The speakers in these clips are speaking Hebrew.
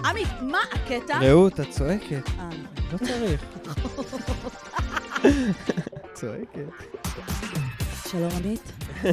עמית, מה הקטע? רעות, את צועקת. לא צריך. צועקת. שלום עמית.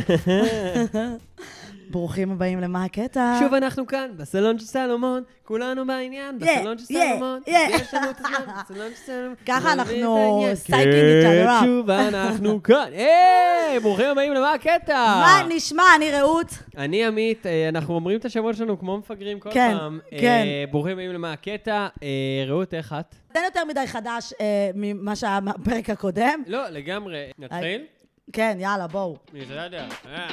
ברוכים הבאים למה הקטע. שוב אנחנו כאן, בסלון של סלומון, כולנו בעניין, בסלון של סלומון. יש לנו את הזמן, בסלון של סלומון. ככה אנחנו סייקינג את שלום. שוב אנחנו כאן. היי, ברוכים הבאים למה הקטע. מה נשמע? אני רעות. אני עמית, אנחנו אומרים את השמות שלנו כמו מפגרים כל כן, פעם. כן. ברוכים הבאים למה הקטע. רעות, איך את? אין יותר מדי חדש ממה שהיה בפרק הקודם. לא, לגמרי. נתחיל? כן, יאללה, בואו. בסדר.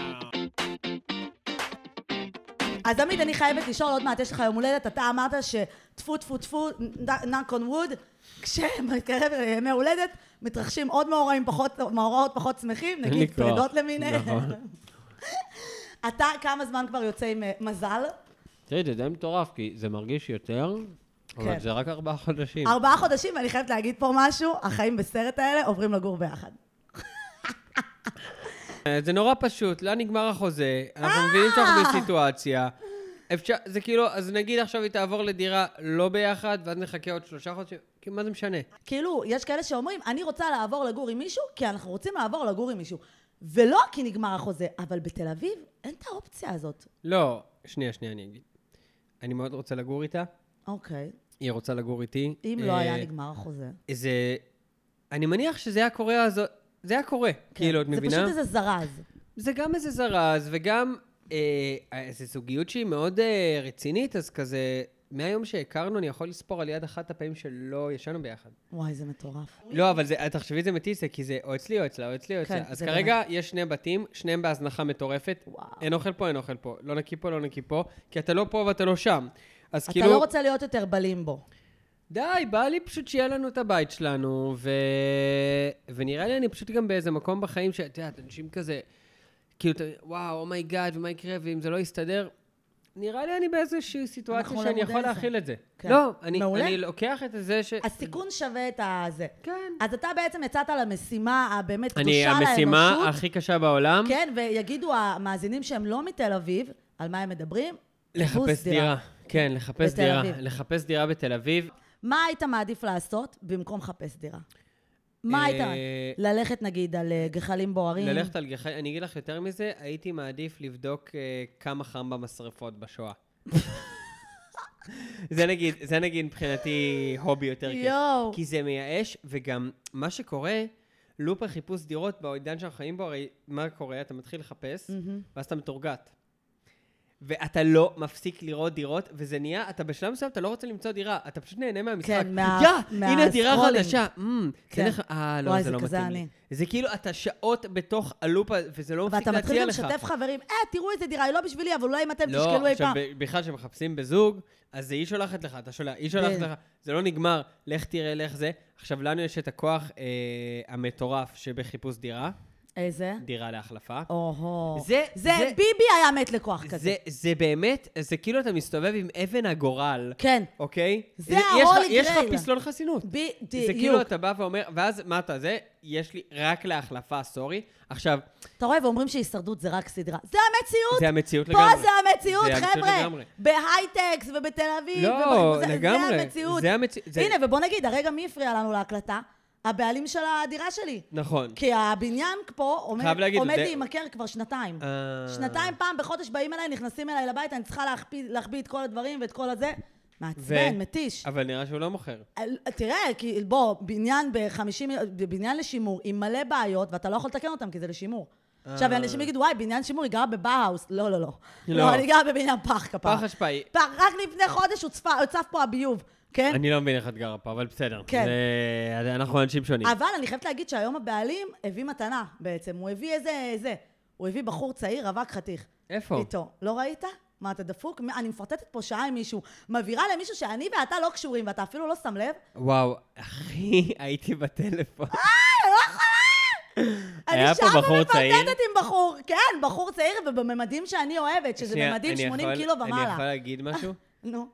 אז עמית, אני חייבת לשאול עוד מעט, יש לך יום הולדת, אתה אמרת שטפו, טפו, טפו, knock on wood, כשמתקרב ימי הולדת, מתרחשים עוד מאורעות פחות שמחים, נגיד פרידות למיניהם. נכון. אתה כמה זמן כבר יוצא עם מזל? תראי, זה די מטורף, כי זה מרגיש יותר, אבל זה רק 4 חודשים. 4 חודשים, ואני חייבת להגיד פה משהו, החיים בסרט האלה עוברים לגור ביחד. זה נורא פשוט, לא נגמר החוזה, אנחנו מבינים שאנחנו בסיטואציה. זה כאילו, אז נגיד עכשיו היא תעבור לדירה לא ביחד, ואז נחכה עוד 3 חודשים, מה זה משנה? כאילו, יש כאלה שאומרים, אני רוצה לעבור לגור עם מישהו, כי אנחנו רוצים לעבור לגור עם מישהו. ולא כי נגמר החוזה, אבל בתל אביב אין את האופציה הזאת. לא, שנייה, אני אגיד. אני מאוד רוצה לגור איתה. אוקיי. היא רוצה לגור איתי. אם לא היה נגמר החוזה. אני מניח שזה היה קורה, זה היה קורה, כאילו, את מבינה? זה פשוט איזה זרז. זה גם איזה זרז, וגם איזו זוגיות שהיא מאוד רצינית, אז כזה, מהיום שהכרנו, אני יכול לספור על יד אחת הפעמים שלא ישנו ביחד. וואי, זה מטורף. לא, אבל תחשבי זה מטיסה, כי זה או אצלי או אצלה, או אצלי או אצלה. אז כרגע יש 2 בתים, שניהם בהזנחה מטורפת. אין אוכל פה, אין אוכל פה. לא נקי פה, לא נקי פה, כי אתה לא פה ואתה לא שם. אז כאילו... אתה לא רוצה להיות יותר בלימבו. די, בא לי פשוט שיהיה לנו את הבית שלנו, ונראה לי אני פשוט גם באיזה מקום בחיים שאת יודעת, אנשים כזה, כאילו, וואו, אומייגאד, ומה יקרה, ואם זה לא יסתדר, נראה לי אני באיזושהי סיטואציה שאני יכול להכיל את זה. לא, אני לוקח את זה ש... הסיכון שווה את הזה. כן. אז אתה בעצם יצאת למשימה הבאמת קדושה לאנושות. המשימה הכי קשה בעולם. כן, ויגידו המאזינים שהם לא מתל אביב, על מה הם מדברים? לחפש דירה. כן, לחפש דירה בתל אביב. מה היית מעדיף לעשות במקום לחפש דירה? מה היית? ללכת נגיד על גחלים בוערים? ללכת על גחלים, אני אגיד לך יותר מזה, הייתי מעדיף לבדוק כמה חם במשרפות בשואה. זה נגיד מבחינתי הובי יותר כיף. כי זה מייאש, וגם מה שקורה, לופ החיפוש דירות בעידן שאנחנו חיים בו, הרי מה קורה? אתה מתחיל לחפש, ואז אתה מתורגת. ואתה לא מפסיק לראות דירות, וזה נהיה, אתה בשלב מסוים, אתה לא רוצה למצוא דירה, אתה פשוט נהנה מהמשחק. כן, הנה דירה חדשה. לא, זה לא מתאים לי. זה כאילו, אתה שעות בתוך הלופ, וזה לא מפסיק להציע לך. ואתה מתחיל לשתף חברים, תראו איזה דירה, היא לא בשבילי, אבל אולי אם אתם תשקלו אי פעם. לא, עכשיו, בכלל שמחפשים בזוג, אז היא שולחת לך, אתה שולח, היא שולחת לך, זה לא נגמר, לך תראה, לך זה. עכשיו, לנו יש את הכוח המטורף שבחיפוש דירה. איזה? דירה להחלפה. זה ביבי היה מת לכוח כזה. זה באמת, זה כאילו אתה מסתובב עם אבן הגורל. כן. אוקיי? זה ההולי גרייל. יש לך פסלון חסינות. בדיוק. זה כאילו אתה בא ואומר, ואז מה אתה זה? יש לי רק להחלפה, סורי. עכשיו... אתה רואה, ואומרים שהישרדות זה רק סדרה. זה המציאות. זה המציאות לגמרי. פה זה המציאות, חבר'ה. בהייטקס ובתל אביב. לא, לגמרי. זה המציאות. הנה, ובוא נגיד, הרגע מי הפריע לנו להקלטה? הבעלים של הדירה שלי. נכון. כי הבניין פה עומד להימכר כבר 2 2 פעם בחודש באים אליי, נכנסים אליי לבית, אני צריכה להחביא את כל הדברים ואת כל הזה. מעצבן, מתיש. אבל נראה שהוא לא מוכר. תראה, כי בוא, בניין לשימור עם מלא בעיות, ואתה לא יכול לתקן אותם כי זה לשימור. עכשיו, אנשים יגידו, וואי, בניין שימור, היא גרה בבאהאוס. לא. לא, אני גרה בבניין פח כפר. פח השפעי. רק לפני חודש הוצף פה הביוב. כן? אני לא מבין איך את גרה פה, אבל בסדר. כן. אנחנו אנשים שונים. אבל אני חייבת להגיד שהיום הבעלים הביא מתנה בעצם. הוא הביא הוא הביא בחור צעיר, רווק חתיך. איפה? איתו. לא ראית? מה, אתה דפוק? אני מפרטטת פה שעה עם מישהו. מבהירה למישהו שאני ואתה לא קשורים, ואתה אפילו לא שם לב. וואו, אחי, הייתי בטלפון. לא יכולה! היה פה בחור צעיר? אני שם מפרטטת עם בחור. כן, בחור צעיר ובממדים שאני אוהבת, שזה ממדים 80 קילו ומעלה. אני יכול להגיד משהו? נו.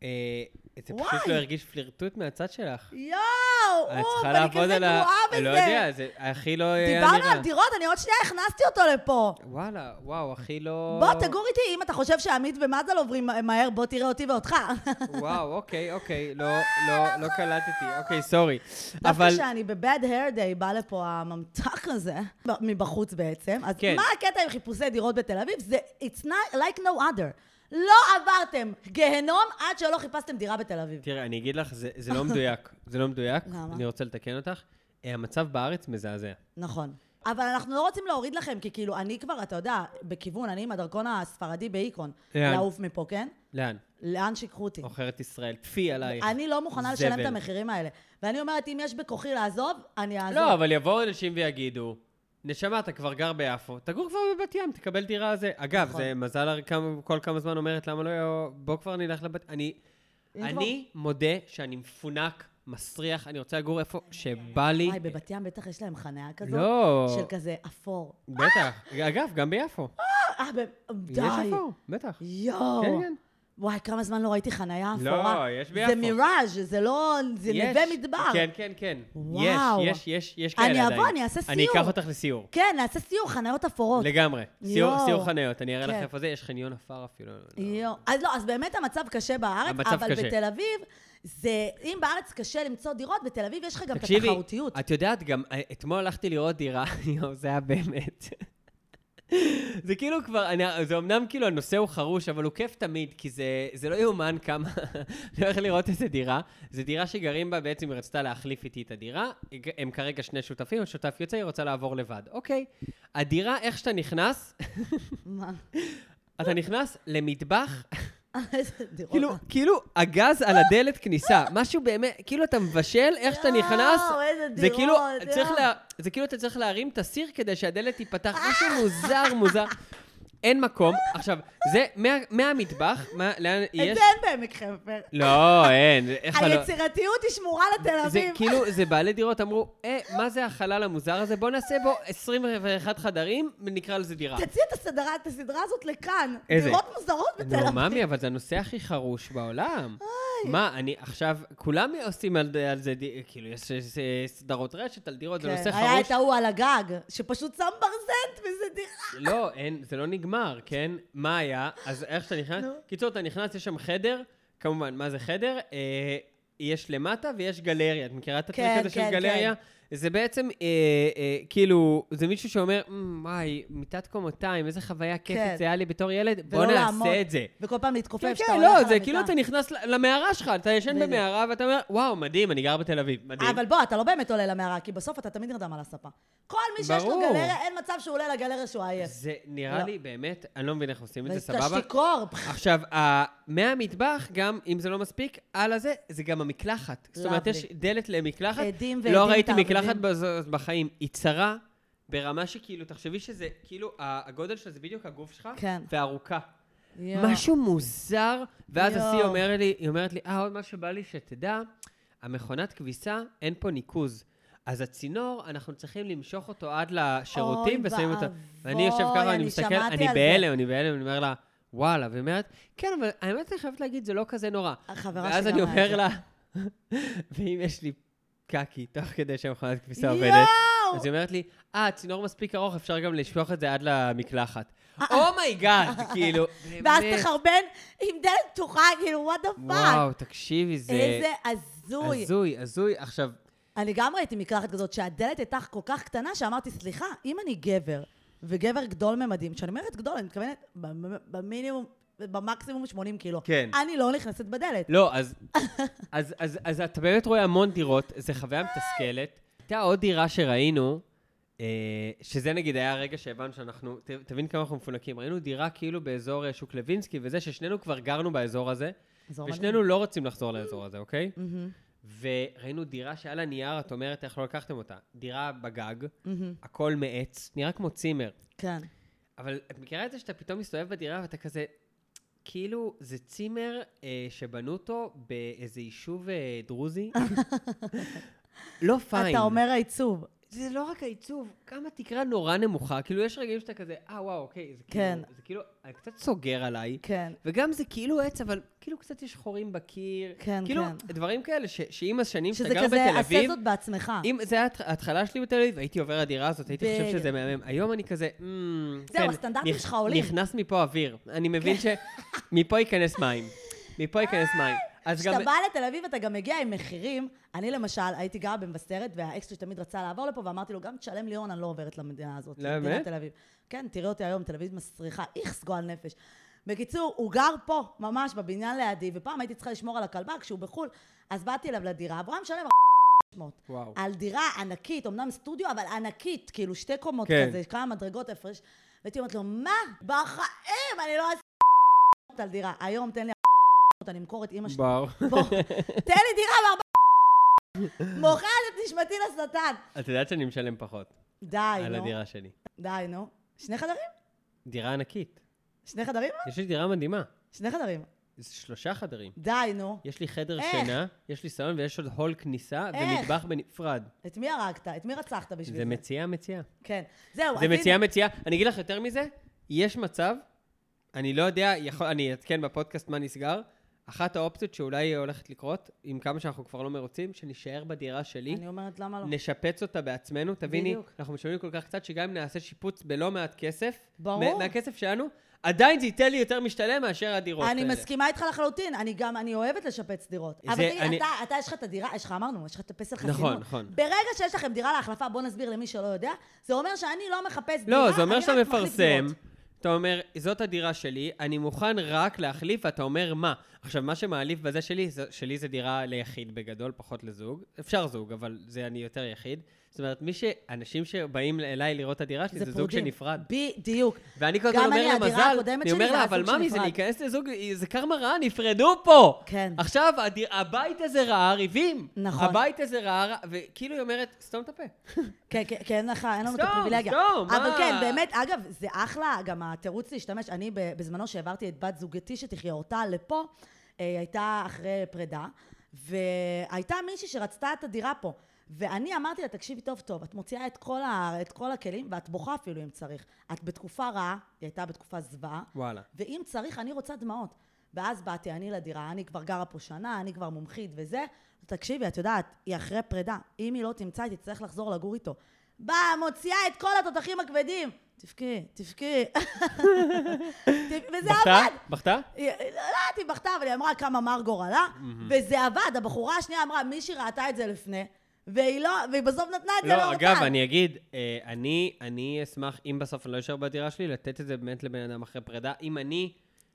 זה פשוט לא הרגיש פלירטוט מהצד שלך. יואו, אני צריכה לעבוד על לא יודע, זה הכי לא היה נראה. דיברנו על דירות, אני עוד שנייה הכנסתי אותו לפה. וואלה, וואו, הכי לא... בוא, תגור איתי, אם אתה חושב שעמית ומזל עוברים מהר, בוא תראה אותי ואותך. וואו, אוקיי, לא קלטתי, אוקיי, סורי. דווקא שאני בבד הר דיי, בא לפה הממתק הזה, מבחוץ בעצם, אז מה הקטע עם חיפושי דירות בתל אביב? זה it's not like no other. לא עברתם גהנום עד שלא חיפשתם דירה בתל אביב. תראה, אני אגיד לך, זה לא מדויק. זה לא מדויק. למה? אני רוצה לתקן אותך. המצב בארץ מזעזע. נכון. אבל אנחנו לא רוצים להוריד לכם, כי כאילו, אני כבר, אתה יודע, בכיוון, אני עם הדרכון הספרדי באיקון. לאן? לעוף מפה, כן? לאן? לאן שיקחו אותי. אוכרת ישראל. תפי עלייך. אני לא מוכנה לשלם את המחירים האלה. ואני אומרת, אם יש בכוחי לעזוב, אני אעזוב. לא, אבל יבואו אנשים ויגידו, נשמה, אתה כבר גר ביפו, תגור כבר בבת ים, תקבל דירה הזה. אגב, זה מזל כל כמה זמן אומרת, למה לא, בוא כבר נלך לבת... אני מודה שאני מפונק, מסריח, אני רוצה לגור איפה שבא לי. וואי, בבת ים בטח יש להם חניה כזאת? לא. של כזה אפור. בטח. אגב, גם ביפו. די. יש אפור, בטח. יואו. כן, כן. וואי, כמה זמן לא ראיתי חניה אפורה. לא, יש ביפו. זה מיראז', זה לא, זה נווה מדבר. כן. וואו. יש כאלה עדיין. אני אבוא, אני אעשה סיור. אני אקח אותך לסיור. כן, נעשה סיור, חניות אפורות. לגמרי. סיור חניות. אני אראה לך איפה זה, יש חניון אפר אפילו. אז באמת המצב קשה בארץ, אבל בתל אביב, אם בארץ קשה למצוא דירות, בתל אביב יש לך גם את התחרותיות. תקשיבי, את יודעת, גם אתמול הלכתי לראות דירה, זה היה באמת... זה כאילו כבר, זה אמנם כאילו הנושא הוא חרוש, אבל הוא כיף תמיד, כי זה לא יאומן כמה, אני הולך לראות איזה דירה, זו דירה שגרים בה, בעצם היא רצתה להחליף איתי את הדירה, הם כרגע שני שותפים, השותף יוצא, היא רוצה לעבור לבד. אוקיי, הדירה, איך שאתה נכנס, מה? אתה נכנס למטבח, כאילו הגז על הדלת כניסה, משהו באמת, כאילו אתה מבשל, איך שאתה נכנס, זה כאילו אתה צריך להרים את הסיר כדי שהדלת תיפתח, משהו מוזר. אין מקום. עכשיו, זה מהמטבח, לאן יש? את זה אין בעמק חפר. לא, אין. היצירתיות היא שמורה לתל אביב. זה כאילו, זה בעלי דירות אמרו, מה זה החלל המוזר הזה? בוא נעשה בו 21 חדרים ונקרא לזה דירה. תציע את הסדרה הזאת לכאן. איזה? דירות מוזרות בתל אביב. לא, ממי, אבל זה הנושא הכי חרוש בעולם. מה, אני עכשיו, כולם עושים על זה, כאילו, יש סדרות רשת על דירות, זה נושא חרוש. היה את ההוא על הגג, שפשוט שם ברזנט וזה דירה. לא, זה לא נגמר, כן? מה היה? אז איך שאתה נכנס? קיצור, אתה נכנס, יש שם חדר, כמובן, מה זה חדר? יש למטה ויש גלריה. את מכירה את הטריק הזה של גלריה? זה בעצם, כאילו, זה מישהו שאומר, וואי, מיטת קומותיים, איזה חוויה כיפית, זה היה לי בתור ילד, בוא נעשה את זה. וכל פעם להתכופף שאתה כן, הולך על לא, המיטה. זה כאילו אתה נכנס למערה שלך, אתה ישן במערה ואתה אומר, וואו, מדהים, אני גר בתל אביב, מדהים. אבל בוא, אתה לא באמת עולה למערה, כי בסוף אתה תמיד נרדם על הספה. כל מי שיש לו גלריה, אין מצב שהוא עולה לגלריה שהוא עייף. זה נראה לי באמת, אני לא מבין איך עושים את זה, סבבה? ואתה שיקור. עכשיו, מהמטבח, גם, אם זה לא מספיק, על הזה, זה גם המקלחת. זאת אומרת, יש דלת למקלחת. לא ראיתי מקלחת בחיים. היא צרה ברמה שכאילו, תחשבי שזה, כאילו, הגודל שלה זה בדיוק הגוף שלך, והארוכה. משהו מוזר, ואז היא אומרת לי, עוד מה שבא לי שתדע, המכונת כביסה, אין פה ניקוז. אז הצינור, אנחנו צריכים למשוך אותו עד לשירותים, ושמים אותו. ואני יושב ככה, אני מסתכל, אני בהלם, אני אומר לה, וואלה, והיא אומרת, כן, אבל האמת אני חייבת להגיד, זה לא כזה נורא. ואז אני אומר לה, ואם יש לי קקי, תוך כדי שהמכונת כביסה עובדת, אז היא אומרת לי, הצינור מספיק ארוך, אפשר גם לשלוח את זה עד למקלחת. אומייגאד, כאילו, באמת. ואז תחרבן עם דלת פתוחה, כאילו, what the fuck. וואו, תקשיבי, זה... איזה הזוי. הזוי. עכשיו... אני גם ראיתי מקלחת כזאת, שהדלת הייתה כל כך קטנה, שאמרתי, סליחה, אם אני גבר, וגבר גדול ממדים, כשאני אומרת גדול, אני מתכוונת במינימום, במקסימום 80 קילו. כן. אני לא נכנסת בדלת. לא, אז אתה באמת רואה המון דירות, זה חוויה מתסכלת. הייתה עוד דירה שראינו, שזה נגיד היה הרגע שהבנו שאנחנו, תבין כמה אנחנו מפונקים, ראינו דירה כאילו באזור שוק לוינסקי, וזה ששנינו כבר גרנו באזור הזה, ושנינו לא רוצים לחזור לאזור הזה, אוקיי? וראינו דירה שהיה לה נייר, את אומרת, איך לא לקחתם אותה? דירה בגג, הכל מעץ, נראה כמו צימר. כן. אבל את מכירה את זה שאתה פתאום מסתובב בדירה ואתה כזה, כאילו זה צימר שבנו אותו באיזה יישוב דרוזי? לא פיין. אתה אומר העיצוב. זה לא רק העיצוב, גם התקרה נורא נמוכה, כאילו יש רגעים שאתה כזה, וואו, אוקיי, זה כאילו, אני קצת סוגר עליי, וגם זה כאילו עץ, אבל כאילו קצת יש חורים בקיר, כאילו דברים כאלה, שעם השנים שאתה גר בתל אביב, שזה עשה זאת בעצמך. אם זה ההתחלה שלי בתל אביב, הייתי עובר הדירה הזאת, הייתי חושב שזה מהמם. היום אני כזה, זהו, הסטנדרטים שלך עולים. נכנס מפה אוויר. אני מבין שמפה ייכנס מים. כשאתה בא לתל אביב, אתה גם מגיע עם מחירים. אני למשל, הייתי גרה במבשרת, והאקס שלי תמיד רצה לעבור לפה, ואמרתי לו, גם תשלם לי הון, אני לא עוברת למדינה הזאת. למדינת תל אביב. כן, תראה אותי היום, תל אביב מסריחה, איכס גועל נפש. בקיצור, הוא גר פה, ממש, בבניין לידי, ופעם הייתי צריכה לשמור על הכלבה, כשהוא בחול, אז באתי אליו לדירה, והוא משלם על דירה ענקית, אמנם סטודיו, אבל ענקית, כאילו 2 קומות כזה, כמה מדרגות הפרש, והייתי אומרת לו, מה? בחיים, אני לא אעשה על דירה. היום תן לי אני אמכור את אמא שלי. בוא, תן לי דירה מוכרת את נשמתי לשטן. את יודעת שאני משלם פחות. די, נו. על הדירה שלי. די, נו. 2 חדרים? דירה ענקית. 2 חדרים? יש לי דירה מדהימה. 2 חדרים. 3 חדרים. די, נו. יש לי חדר שינה, יש לי סלון ויש עוד הול כניסה ומטבח בנפרד. את מי הרגת? את מי רצחת בשביל זה? זה מציאה. כן. זהו. זה מציאה. אני אגיד לך יותר מזה, יש מצב, אני לא יודע, אני אעדכן בפודקאסט מה נסגר, אחת האופציות שאולי הולכת לקרות, עם כמה שאנחנו כבר לא מרוצים, שנשאר בדירה שלי. אני אומרת, למה לא? נשפץ אותה בעצמנו, תביני, אנחנו משלמים כל כך קצת, שגם אם נעשה שיפוץ בלא מעט כסף, ברור. מהכסף שלנו, עדיין זה ייתן לי יותר משתלם מאשר הדירות האלה. אני מסכימה איתך לחלוטין, אני אוהבת לשפץ דירות. אבל אתה יש לך את הדירה, יש לך אמרנו, יש לך את הפסל חסינות. נכון. ברגע שיש לכם דירה להחלפה, בוא נסביר למי שלא יודע, זה אומר שאני לא מחפש דירה, לא, זה אומר שאתה מפרסם, אתה אומר, זאת הדירה שלי, אני מוכן רק להחליף, ואתה אומר מה? עכשיו, מה שמעליף בזה שלי זה דירה ליחיד בגדול, פחות לזוג. אפשר זוג, אבל זה אני יותר יחיד. זאת אומרת, אנשים שבאים אליי לראות את הדירה שלי, זה זוג שנפרד. בדיוק. ואני כל הזמן אומר למזל, אני אומר לה, אבל ממי, זה להיכנס לזוג, זה קרמה רעה, נפרדו פה. כן. עכשיו, הבית הזה רעה, ריבים. נכון. הבית הזה רעה, וכאילו היא אומרת, סתום את הפה. כן, אין לנו את הפריבילגיה. סתום, מה? אבל כן, באמת, אגב, זה אחלה, גם התירוץ להשתמש, אני בזמנו שהעברתי את בת זוגתי שתחיה אותה לפה, הייתה אחרי פרידה, והייתה מישהי שרצתה את הדירה פה. ואני אמרתי לה, תקשיבי טוב, את מוציאה את כל הכלים, ואת בוכה אפילו אם צריך. את בתקופה רעה, היא הייתה בתקופה זוועה, ואם צריך, אני רוצה דמעות. ואז באתי אני לדירה, אני כבר גרה פה שנה, אני כבר מומחית וזה, תקשיבי, את יודעת, היא אחרי פרידה, אם היא לא תמצא, היא תצטרך לחזור לגור איתו. באה, מוציאה את כל התותחים הכבדים. תבכי. וזה עבד. בכתה? לא יודעת, היא בכתה, אבל היא אמרה כמה מר גורלה, וזה עבד. הבחורה השנייה אמרה, מישהי ראתה את זה לפני, והיא בסוף נתנה את זה לאורטל. לא, אגב, אני אגיד, אני אשמח, אם בסוף אני לא אשאר בדירה שלי, לתת את זה באמת לבן אדם אחרי פרידה. אם אני,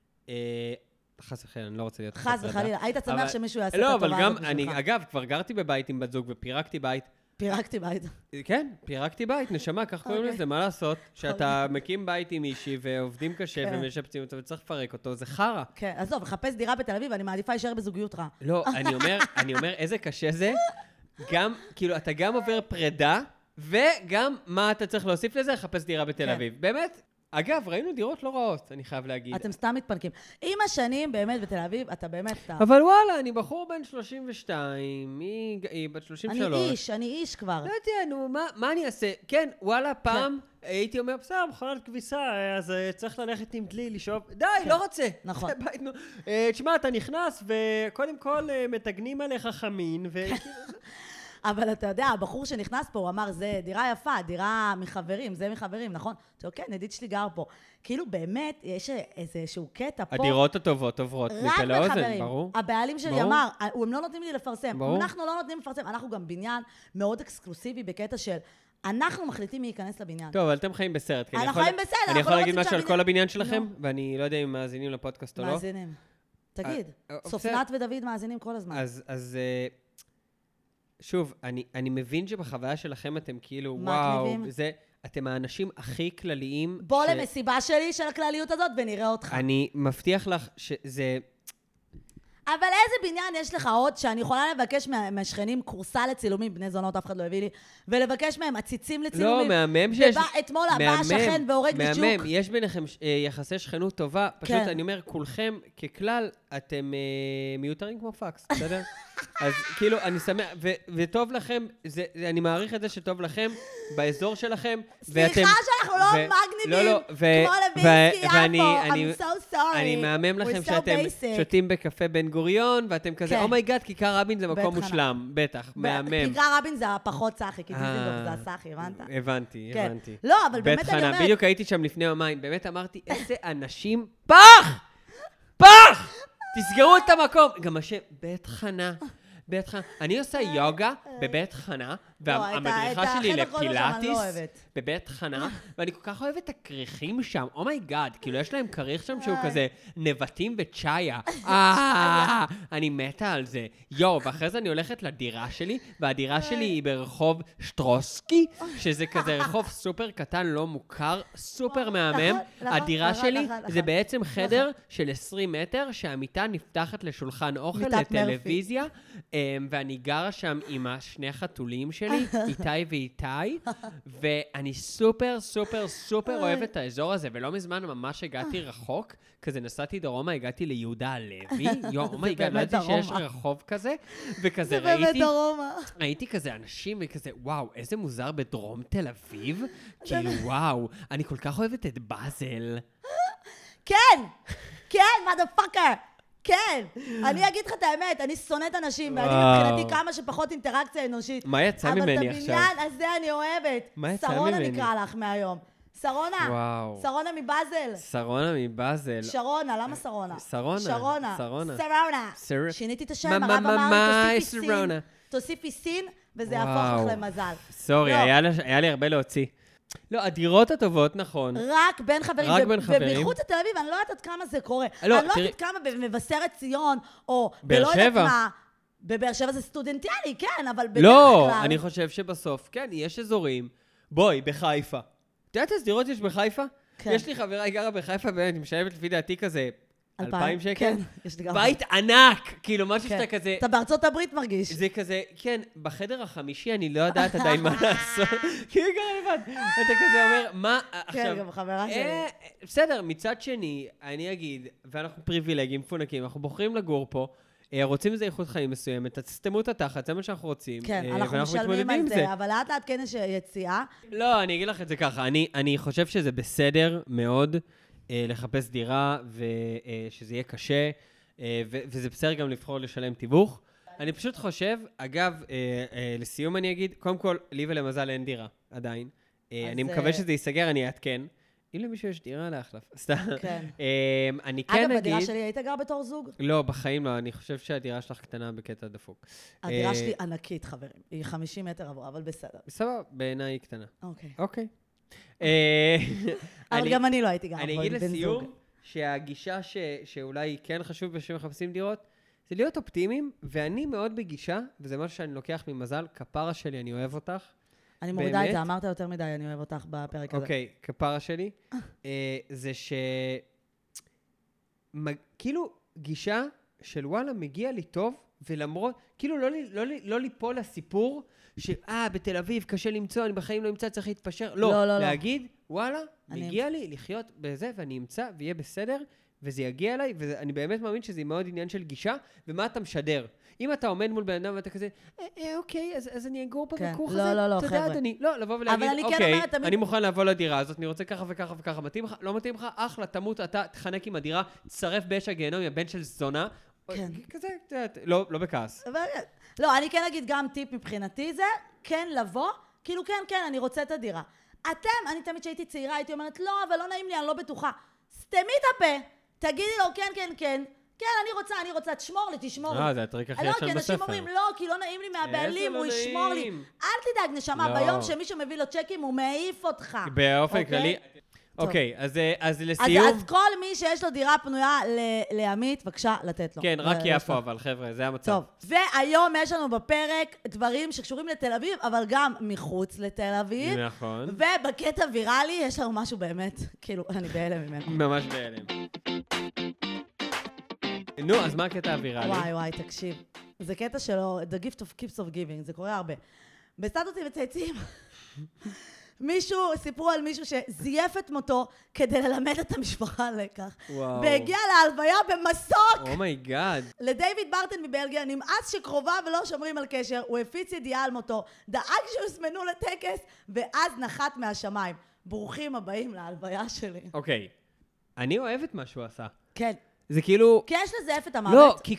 חס וחלילה, אני לא רוצה להיות אחרי פרידה. חס וחלילה, היית שמח שמישהו יעשה את הטובה הזאת בשבילך. לא, אבל גם, אני, אגב, כבר גרתי בבית עם בת זוג ופירקתי בית. פירקתי בית. כן, פירקתי בית, נשמה, כך קוראים לזה, מה לעשות? שאתה מקים בית עם אישי ועובדים קשה ומשפצים אותו וצריך לפרק אותו, זה חרא. כן, עזוב, לחפש דירה בתל אביב, אני מעדיפה להישאר בזוגיות רע. לא, אני אומר, איזה קשה זה, גם, כאילו, אתה גם עובר פרידה, וגם מה אתה צריך להוסיף לזה, לחפש דירה בתל אביב. באמת, אגב, ראינו דירות לא רעות, אני חייב להגיד. אתם סתם מתפנקים. עם השנים, באמת, בתל אביב, אתה באמת... אבל וואלה, אני בחור בן 32, היא בת 33. אני איש כבר. לא יודע, נו, מה אני אעשה? כן, וואלה, פעם הייתי אומר, בסדר, מכונת כביסה, אז צריך ללכת עם דלי, לשאוב. די, לא רוצה. נכון. תשמע, אתה נכנס, וקודם כל מתגנים עליך חמין, אבל אתה יודע, הבחור שנכנס פה, הוא אמר, זה דירה יפה, דירה מחברים, זה מחברים, נכון? כן, ידיד שלי גר פה. כאילו, באמת, יש איזשהו קטע פה. הדירות הטובות עוברות מפה לאוזן, ברור. הבעלים שלי אמר, הם לא נותנים לי לפרסם. אנחנו לא נותנים לפרסם, אנחנו גם בניין מאוד אקסקלוסיבי בקטע של... אנחנו מחליטים מי ייכנס לבניין. טוב, אבל אתם חיים בסרט. אנחנו חיים בסרט. אני יכול להגיד משהו על כל הבניין שלכם? ואני לא יודע אם מאזינים לפודקאסט או לא. מאזינים. תגיד, סופנת ודוד מאזינים כל הזמן. אז שוב, אני מבין שבחוויה שלכם אתם כאילו, וואו, אתם האנשים הכי כלליים. בוא למסיבה שלי של הכלליות הזאת ונראה אותך. אני מבטיח לך שזה... אבל איזה בניין יש לך עוד שאני יכולה לבקש מהשכנים קורסה לצילומים, בני זונות אף אחד לא הביא לי, ולבקש מהם עציצים לצילומים. לא, מהמם שיש... אתמול הבא השכן והורג לי שוק. מהמם, יש ביניכם יחסי שכנות טובה, פשוט אני אומר, כולכם ככלל, אתם מיותרים כמו פקס, בסדר? אז כאילו, אני שמח, וטוב לכם, אני מעריך את זה שטוב לכם, באזור שלכם, סליחה שאנחנו לא מגניבים, כמו לביסקי יפו, I'm so sorry. אני מהמם לכם שאתם שותים בקפה בן גוריון, ואתם כזה, אומייגאד, כיכר רבין זה מקום מושלם, בטח, מהמם. כיכר רבין זה הפחות צחי, כי דיזינגוף זה הסחי, הבנת? הבנתי. לא, אבל באמת אני אומרת... בדיוק הייתי שם לפני יומיים, באמת אמרתי, איזה אנשים, פח! פח! תסגרו את המקום. גם השם, בית חנה. אני עושה יוגה בבית חנה, והמדריכה שלי לפילאטיס בבית חנה, ואני כל כך אוהבת את הכריכים שם, אומייגאד, כאילו יש להם כריך שם שהוא כזה נבטים וצ'איה, אני מתה על זה. ואחרי זה אני הולכת לדירה שלי, והדירה שלי היא ברחוב שטרוסקי, שזה כזה רחוב סופר קטן, לא מוכר, סופר מהמם. הדירה שלי זה בעצם חדר של 20 מטר, שהמיטה נפתחת לשולחן אוכל, לטלוויזיה, ואני גרה שם עם השני חתולים שלי, איתי ואיתי, ואני סופר סופר סופר אוהבת את האזור הזה, ולא מזמן ממש הגעתי רחוק, כזה נסעתי דרומה, הגעתי ליהודה הלוי, אומייגאד, לא יודעת שיש רחוב כזה, וכזה ראיתי כזה אנשים, וכזה, וואו, איזה מוזר בדרום תל אביב, כאילו וואו, אני כל כך אוהבת את באזל. כן, motherfucker. כן, אני אגיד לך את האמת, אני שונאת אנשים, ואני מבחינתי כמה שפחות אינטראקציה אנושית. מה יצא ממני עכשיו? אבל את הבניין הזה אני אוהבת. מה יצא ממני? שרונה נקרא לך מהיום. שרונה מבאזל. שרונה מבאזל. שרונה, למה שרונה? שרונה. שיניתי את השם, הרב אמר לי, תוסיפי סין, וזה יהפוך לך למזל. סורי, היה לי הרבה להוציא. לא, הדירות הטובות, נכון. רק בין חברים. ובחוץ לתל אביב, אני לא יודעת עד כמה זה קורה. אני לא יודעת כמה במבשרת ציון, או בלא יודעת מה. בבאר שבע זה סטודנטיאלי, כן, אבל בדרך כלל... לא, אני חושב שבסוף, כן, יש אזורים. בואי, בחיפה. את יודעת איזה דירות יש בחיפה? יש לי חברה, היא גרה בחיפה, ואני משלמת לפי דעתי כזה 2,000 שקל. כן, יש לי גם... בית ענק! כאילו, משהו שאתה כזה... אתה בארצות הברית מרגיש. זה כזה, כן, בחדר החמישי אני לא יודעת עדיין מה לעשות. כאילו, גרה לבד. אתה כזה אומר, מה עכשיו... כן, גם חברה שלי. בסדר, מצד שני, אני אגיד, ואנחנו פריבילגים, פונקים, אנחנו בוחרים לגור פה, רוצים איזה איכות חיים מסוימת, תסתמו את התחת, זה מה שאנחנו רוצים. כן, אנחנו משלמים על זה, אבל לאט לאט כן יש יציאה. לא, אני אגיד לך את זה ככה, אני חושב שזה בסדר מאוד לחפש דירה, ושזה יהיה קשה, וזה בסדר גם לבחור לשלם תיווך. אני פשוט חושב, אגב, לסיום אני אגיד, קודם כל, לי ולמזל אין דירה, עדיין. אני מקווה שזה ייסגר, אני אעדכן. אם למישהו יש דירה להחלף, סתם. כן. אני כן אגיד... אגב, בדירה שלי היית גר בתור זוג? לא, בחיים לא, אני חושב שהדירה שלך קטנה בקטע דפוק. הדירה שלי ענקית, חברים. היא 50 מטר עבור, אבל בסדר. בסדר, בעיניי היא קטנה. אוקיי. אבל גם אני לא הייתי גר. אני אגיד לסיום, שהגישה שאולי כן חשוב שמחפשים דירות, זה להיות אופטימיים, ואני מאוד בגישה, וזה משהו שאני לוקח ממזל, כפרה שלי, אני אוהב אותך. אני מורידה את זה, אמרת יותר מדי, אני אוהב אותך בפרק הזה. אוקיי, כפרה שלי, זה כאילו גישה של וואלה, מגיע לי טוב, ולמרות, כאילו לא ליפול לסיפור, בתל אביב קשה למצוא, אני בחיים לא אמצא, צריך להתפשר. לא, להגיד, וואלה, מגיע לי לחיות בזה, ואני אמצא, ויהיה בסדר, וזה יגיע אליי, ואני באמת מאמין שזה מאוד עניין של גישה, ומה אתה משדר. אם אתה עומד מול בן אדם ואתה כזה, אוקיי, אז אני אגור פה בכוך הזה, תודה אדוני. לא, לבוא ולהגיד, אוקיי, אני מוכן לבוא לדירה הזאת, אני רוצה ככה וככה וככה, מתאים לך, לא מתאים לך, אחלה, תמות, אתה תחנק עם הדירה, תשרף באש הגיהנום, הבן של זונה, כזה, לא בכעס. לא, אני כן אגיד גם טיפ מבחינתי זה, כן לבוא, כאילו כן, אני רוצה את הדירה. אני תמיד שהייתי צעירה, הייתי אומרת, לא, אבל לא נעים לי, אני לא בטוחה. סתמי את הפה, תגידי לו, כן, אני רוצה, תשמור לי. זה הטריק הכי ישן בספר. כי אנשים אומרים, לא, כי לא נעים לי מהבעלים, הוא ישמור לי. אל תדאג, נשמה, ביום שמישהו מביא לו צ'קים, הוא מעיף אותך. באופן כללי. אוקיי, אז לסיום... אז כל מי שיש לו דירה פנויה לעמית, בבקשה, לתת לו. כן, רק יפו, אבל חבר'ה, זה המצב. טוב, והיום יש לנו בפרק דברים שקשורים לתל אביב, אבל גם מחוץ לתל אביב. נכון. ובקטע ויראלי יש לנו משהו באמת, כאילו, אני בהלם ממנו. ממש בהלם. נו, אז מה הקטע הוויראלי? וואי, תקשיב. זה קטע שלו, the gift of keeps of giving, זה קורה הרבה. בסטטוסים וצייצים, סיפרו על מישהו שזייף את מותו כדי ללמד את המשפחה לקח. וואו. והגיע להלוויה במסוק. אומייגאד. לדיוויד ברטן מבלגיה נמאס שקרובה ולא שומרים על קשר, הוא הפיץ ידיעה על מותו, דאג שיוזמנו לטקס, ואז נחת מהשמיים. ברוכים הבאים להלוויה שלי. אוקיי. אני אוהב את מה שהוא עשה. כן. זה כאילו... כי יש לזייף את המוות. לא, כי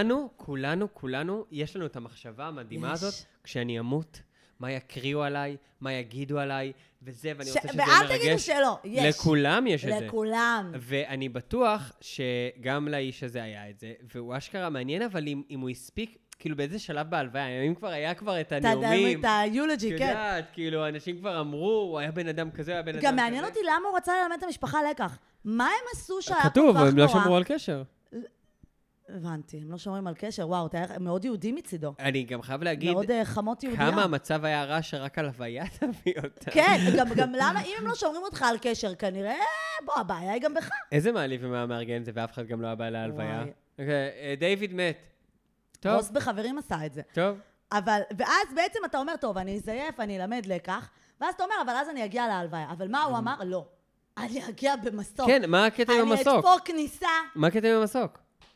כולנו, יש לנו את המחשבה המדהימה הזאת, כשאני אמות, מה יקריאו עליי, מה יגידו עליי, וזה, ואני רוצה שזה מרגש. ואל תגידו שלא, יש. לכולם יש את זה. לכולם. ואני בטוח שגם לאיש הזה היה את זה, והוא אשכרה מעניין, אבל אם הוא הספיק, כאילו באיזה שלב בהלוויה, אם כבר היה כבר את הנאומים. את היולוגי, כן. יודעת, כאילו, אנשים כבר אמרו, הוא היה בן אדם כזה, היה בן אדם כזה. גם מעניין אותי למה הוא רצה ללמד את המשפחה לקח. מה הם עשו שהיה כל כך כתוב, נורא? הם לא שמרו על קשר. הבנתי, הם לא שומרים על קשר. וואו, אתה היה מאוד יהודי מצידו. אני גם חייב להגיד, מאוד חמות יהודיה. כמה המצב היה רע שרק הלוויה תביא אותה. כן, גם למה, אם הם לא שומרים אותך על קשר, כנראה, בוא, הבעיה היא גם בך. איזה מעליב ומה מארגן זה, ואף אחד גם לא הבא להלוויה. דיוויד מת. טוב. רוס בחברים עשה את זה. טוב. ואז בעצם אתה אומר, טוב, אני אזייף, אני אלמד לקח, ואז אתה אומר, אבל אז אני אגיע להלוויה. אבל מה הוא אמר? לא. אני אגיע במסוק. כן, מה הקטע עם המסוק? אני אתפור כניסה. מה הקטע עם המסוק?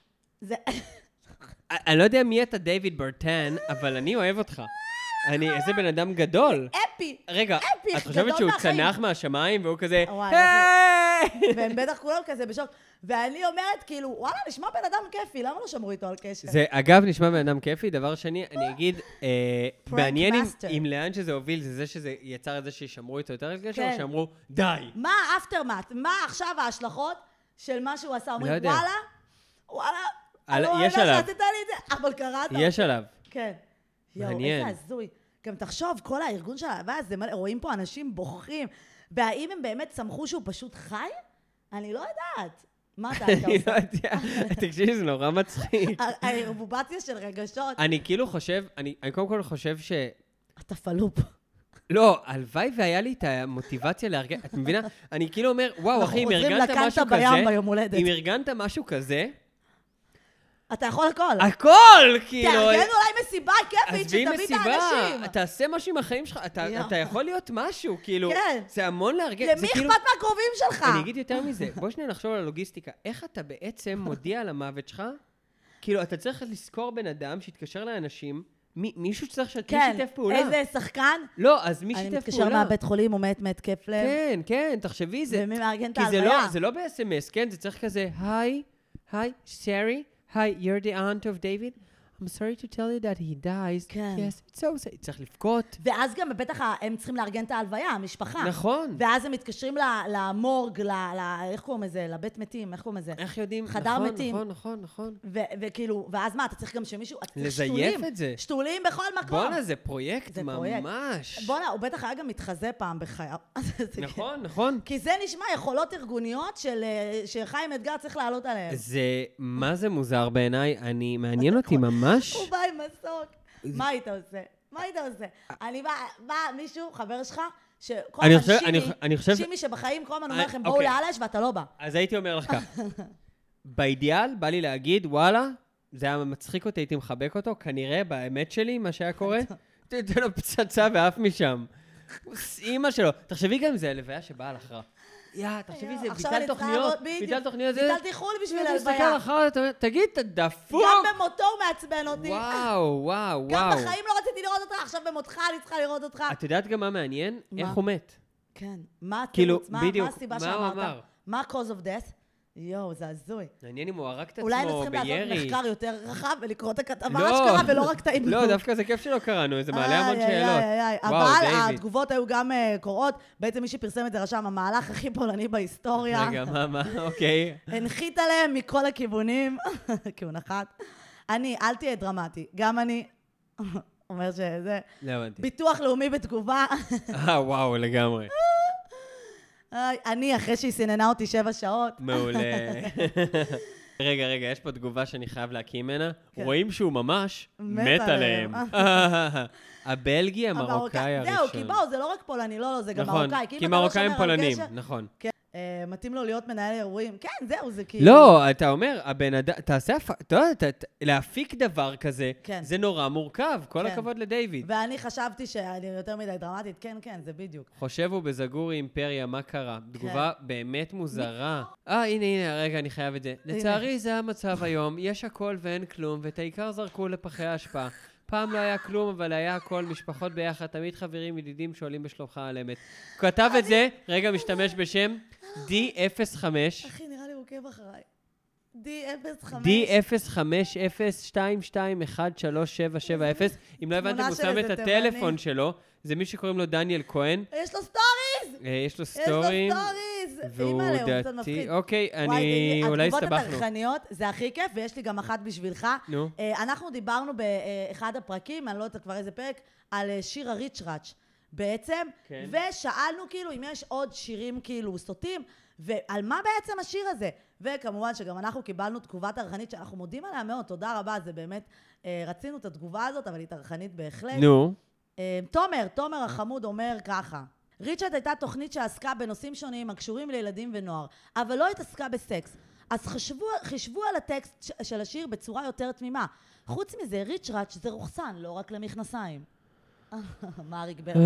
אני לא יודע מי אתה דיוויד ברטן, אבל אני אוהב אותך. איזה בן אדם גדול. אפי. רגע, אפי, את חושבת שהוא צנח מהשמיים והוא כזה, והם בטח כולם כזה בשוק. ואני אומרת, כאילו, וואלה, נשמע בן אדם כיפי, למה לא שמרו איתו על קשר? זה, אגב, נשמע בן אדם כיפי. דבר שני, אני אגיד, מעניין אם לאן שזה הוביל, זה שזה יצר את זה שישמרו איתו יותר על קשר, או שאמרו, די. מה האפטרמט? מה עכשיו ההשלכות של מה שהוא עשה? אומרים, וואלה, יש עליו. שעשית לי את זה, אבל קראת. יש עליו. כן. מעניין. איזה הזוי. גם תחשוב, כל הארגון של ההלוויה, רואים פה אנשים בוכים, והאם הם באמת שמחו שהוא פשוט חי? אני לא יודעת. מה אתה עושה? אני לא יודע. תקשיבי, זה נורא מצחיק. הערבובציה של רגשות. אני כאילו חושב, אני קודם כל חושב ש... אתה פלופ. לא, הלוואי והיה לי את המוטיבציה לארגן, את מבינה? אני כאילו אומר, וואו, אחי, אם ארגנת משהו כזה, אתה יכול הכל. הכל, כאילו. תארגן אולי מסיבה כיפית שתביא את האנשים. תעשה משהו עם החיים שלך, אתה יכול להיות משהו, כאילו, זה המון לארגן. למי אכפת מהקרובים שלך? אני אגיד יותר מזה, בוא שניה נחשוב על הלוגיסטיקה. איך אתה בעצם מודיע על המוות שלך? כאילו, אתה צריך לזכור בן אדם שיתקשר לאנשים, מישהו שצריך שיתף פעולה. כן, איזה שחקן? לא, אז מי שיתף פעולה? אני מתקשר מהבית חולים, הוא מת מהתקף לב. כן, כן, תחשבי, זה... ומי מארגן את ההלוויה? זה לא ב-SMS, כן? זה צריך כזה, hi, Sherry. Hi, you're the aunt of David. I'm sorry to tell you that he dies. כן. Yes, it's so sad. צריך לבכות. ואז גם בטח הם צריכים לארגן את ההלוויה, המשפחה. נכון. ואז הם מתקשרים למורג, איך קוראים לזה? לבית מתים, איך קוראים לזה? איך יודעים? חדר מתים. נכון. וכאילו, ואז מה, אתה צריך גם שמישהו... לזייף את זה. שתולים בכל מקום. בונה, זה פרויקט ממש. בונה, הוא בטח היה גם מתחזה פעם בחייו. נכון. כי זה נשמע יכולות ארגוניות שחיים אתגר צריך לעלות עליהן. מה זה מוזר בעיניי? מעניין אותי ממש. הוא בא עם מסוק. מה היית עושה? אני בא מישהו, חבר שלך, שכל הזמן שימי שבחיים כל הזמן אומר לכם, בואו לאלש ואתה לא בא. אז הייתי אומר לך כך. באידיאל, בא לי להגיד, וואלה, זה היה מצחיק אותי, הייתי מחבק אותו, כנראה באמת שלי, מה שהיה קורה, תתן לו פצצה ואף משם. אמא שלו. תחשבי גם זה, הלוויה שבאה לך רע. תחשבי, זה ביטל תוכניות. ביטלתי חול בשביל הלוויה. תגיד, אתה דפוק. גם במותו הוא מעצבן אותי. וואו. גם בחיים לא רציתי לראות אותך, עכשיו במותך אני צריכה לראות אותך. את יודעת גם מה מעניין? איך הוא מת. כן. מה התירוץ? מה הסיבה שאמרת? מה cause of death? זה הזוי. מעניין אם הוא הרג את עצמו אולי בירי. צריכים לעשות מחקר יותר רחב ולקרוא את הכתבה שקרה ולא רק את העדות. לא, דווקא זה כיף שלא קראנו, זה מעלה המון שאלות. אבל התגובות היו גם קוראות, בעצם מי שפרסם את זה רשם, המהלך הכי פולני בהיסטוריה. רגע, מה, אוקיי. הנחית עליהם מכל הכיוונים, כי הוא נחת. אל תהיה דרמטי, גם אני, אומר שזה, ביטוח לאומי בתגובה. וואו, לגמרי. אני, אחרי שהיא סיננה אותי 7 שעות. מעולה. רגע, יש פה תגובה שאני חייב להקים ממנה. רואים שהוא ממש מת עליהם. הבלגי המרוקאי הראשון. זהו, כי בואו, זה לא רק פולני, לא, זה גם מרוקאי. כי מרוקאים פולנים, נכון. מתאים לו להיות מנהל אירועים. כן, זהו, זה כאילו... לא, אתה אומר, הבן אדם, תעשה, אתה יודע, להפיק דבר כזה, זה נורא מורכב, כל הכבוד לדיוויד. ואני חשבתי שאני יותר מדי דרמטית, כן, זה בדיוק. חושבו בזגורי אימפריה, מה קרה? תגובה באמת מוזרה. הנה, רגע, אני חייב את זה. לצערי, זה המצב היום, יש הכל ואין כלום, ואת העיקר זרקו לפחי ההשפעה. פעם לא היה כלום, אבל היה הכל, משפחות ביחד, תמיד חברים, ידידים שואלים בשלומך על אמת. הוא כתב את זה, רגע, משתמש בשם D05. אחי, נראה לי הוא עוקב אחריי. D05. D0502213770. אם לא הבנתם, הוא שם את הטלפון שלו. זה מי שקוראים לו דניאל כהן. יש לו סטוריז! יש לו סטורים. והוא דעתי. אוקיי, אני אולי הסתבכנו. התגובות התרחניות, זה הכי כיף, ויש לי גם אחת בשבילך. נו. אנחנו דיברנו באחד הפרקים, אני לא יודעת כבר איזה פרק, על שיר הריצ'ראץ' בעצם, ושאלנו כאילו אם יש עוד שירים כאילו סוטים, ועל מה בעצם השיר הזה. וכמובן שגם אנחנו קיבלנו תגובה תרחנית שאנחנו מודים עליה מאוד, תודה רבה, זה באמת, רצינו את התגובה הזאת, אבל היא תרחנית בהחלט. נו. תומר החמוד אומר ככה, ריצ'רד הייתה תוכנית שעסקה בנושאים שונים הקשורים לילדים ונוער, אבל לא התעסקה בסקס. אז חישבו על הטקסט של השיר בצורה יותר תמימה. חוץ מזה, ריצ'רד זה רוחסן, לא רק למכנסיים. מאריק ברמן.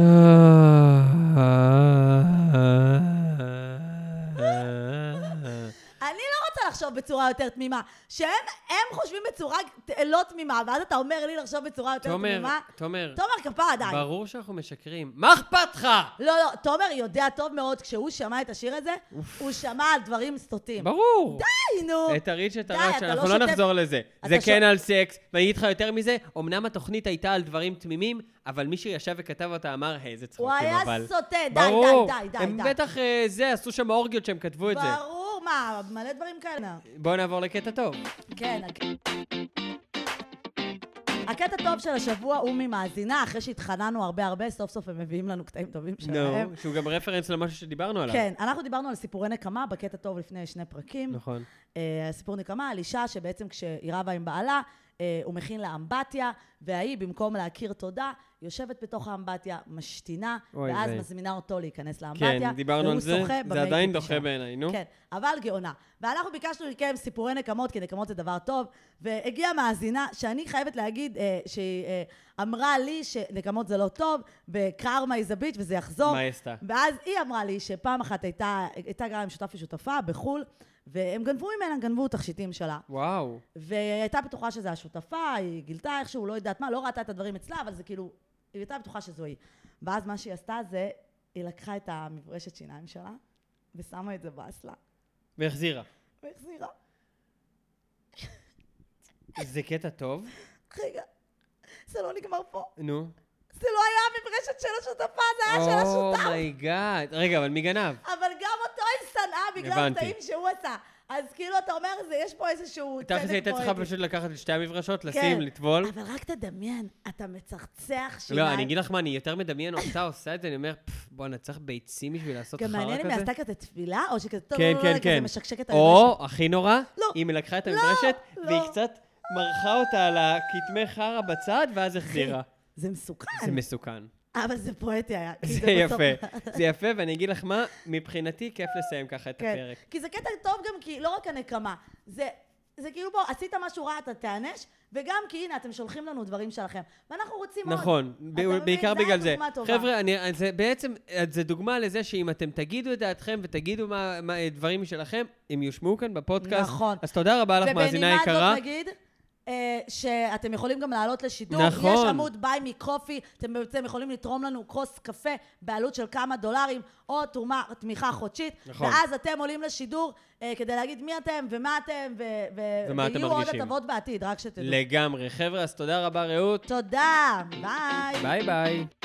אני לא רוצה לחשוב בצורה יותר תמימה. שהם חושבים בצורה לא תמימה, ואז אתה אומר לי לחשוב בצורה יותר תמימה. תומר, כפרה עדיין. ברור שאנחנו משקרים. מה אכפת לך? לא, תומר יודע טוב מאוד, כשהוא שמע את השיר הזה, הוא שמע על דברים סטוטים. ברור. די, נו. את הריצ'ט הראש, אנחנו לא נחזור לזה. זה כן על סקס, ואני אגיד לך יותר מזה, אמנם התוכנית הייתה על דברים תמימים, אבל מי שישב וכתב אותה אמר, איזה צחוקים, אבל... הוא היה סוטה, די. הם בטח עשו שם אורגיות שהם כתבו את זה. ברור, מה, מלא דברים כאלה. בואו נעבור לקטע טוב. כן, הקטע טוב של השבוע הוא ממאזינה, אחרי שהתחננו הרבה, סוף סוף הם מביאים לנו קטעים טובים שלהם. שהוא גם רפרנס למשהו שדיברנו עליו. כן, אנחנו דיברנו על סיפורי נקמה בקטע טוב לפני 2 פרקים. נכון. סיפור נקמה על אישה שבעצם כשהיא רבה עם בעלה, הוא מכין לה אמבטיה, והיא במקום להכיר תודה, יושבת בתוך האמבטיה, משתינה, ואז מזמינה אותו להיכנס לאמבטיה. כן, דיברנו על זה, זה עדיין דוחה בעיניי, נו. כן, אבל גאונה. ואנחנו ביקשנו לקיים סיפורי נקמות, כי נקמות זה דבר טוב, והגיעה מאזינה שאני חייבת להגיד שהיא אמרה לי שנקמות זה לא טוב, וקרמה is a bitch וזה יחזור. מה היא עשתה? ואז היא אמרה לי שפעם אחת הייתה גם עם שותף ושותפה בחול, והם גנבו תכשיטים שלה. וואו. והיא הייתה בטוחה שזה השותפה, היא גילתה איכשהו, לא יודעת מה, לא ראתה את הדברים אצלה, אבל זה כאילו, היא הייתה בטוחה שזו היא. ואז מה שהיא עשתה זה, היא לקחה את המברשת שיניים שלה, ושמה את זה באסלה. והחזירה. והחזירה. זה קטע טוב? רגע, זה לא נגמר פה. נו. זה לא היה המברשת של השותפה, זה היה של השותף. אומייגאד. רגע, אבל מי גנב? אבל גם אותו היא שנאה בגלל הקטעים שהוא עשה. אז כאילו, אתה אומר, יש פה איזשהו צדק תכף הייתה צריכה פשוט לקחת את 2 המברשות, לשים, לטבול. אבל רק תדמיין, אתה מצחצח שיניים. לא, אני אגיד לך מה, אני יותר מדמיין, אותה עושה את זה, אני אומר, בוא, אני צריך ביצים בשביל לעשות חרא כזה. גם מעניין אם היא עשתה כזה תפילה, או שכזה טוב, כזה משקשק את המברשת. או, הכי נורא, היא לקחה את המברשת, והיא קצת מרחה אותה על הכתמי חרא בצד, ואז החזירה. זה מסוכן. זה מסוכן. אבל זה פואטי היה. זה יפה, זה יפה, ואני אגיד לך מה, מבחינתי כיף לסיים ככה את הפרק. כי זה קטע טוב גם כי לא רק הנקמה, זה כאילו בוא, עשית משהו רע, אתה תענש, וגם כי הנה, אתם שולחים לנו דברים שלכם, ואנחנו רוצים עוד. נכון, בעיקר בגלל זה. חבר'ה, בעצם, זה דוגמה לזה שאם אתם תגידו את דעתכם ותגידו מה דברים משלכם, הם יושמעו כאן בפודקאסט. נכון. אז תודה רבה לך, מאזינה יקרה. ובנימה זאת נגיד, שאתם יכולים גם לעלות לשידור. נכון. יש עמוד ביי מקופי, אתם בעצם יכולים לתרום לנו כוס קפה בעלות של כמה דולרים, או תמיכה חודשית. נכון. ואז אתם עולים לשידור כדי להגיד מי אתם ומה אתם, ויהיו עוד הטבות בעתיד, רק שתדעו. לגמרי. חבר'ה, אז תודה רבה רעות. תודה. ביי. ביי ביי.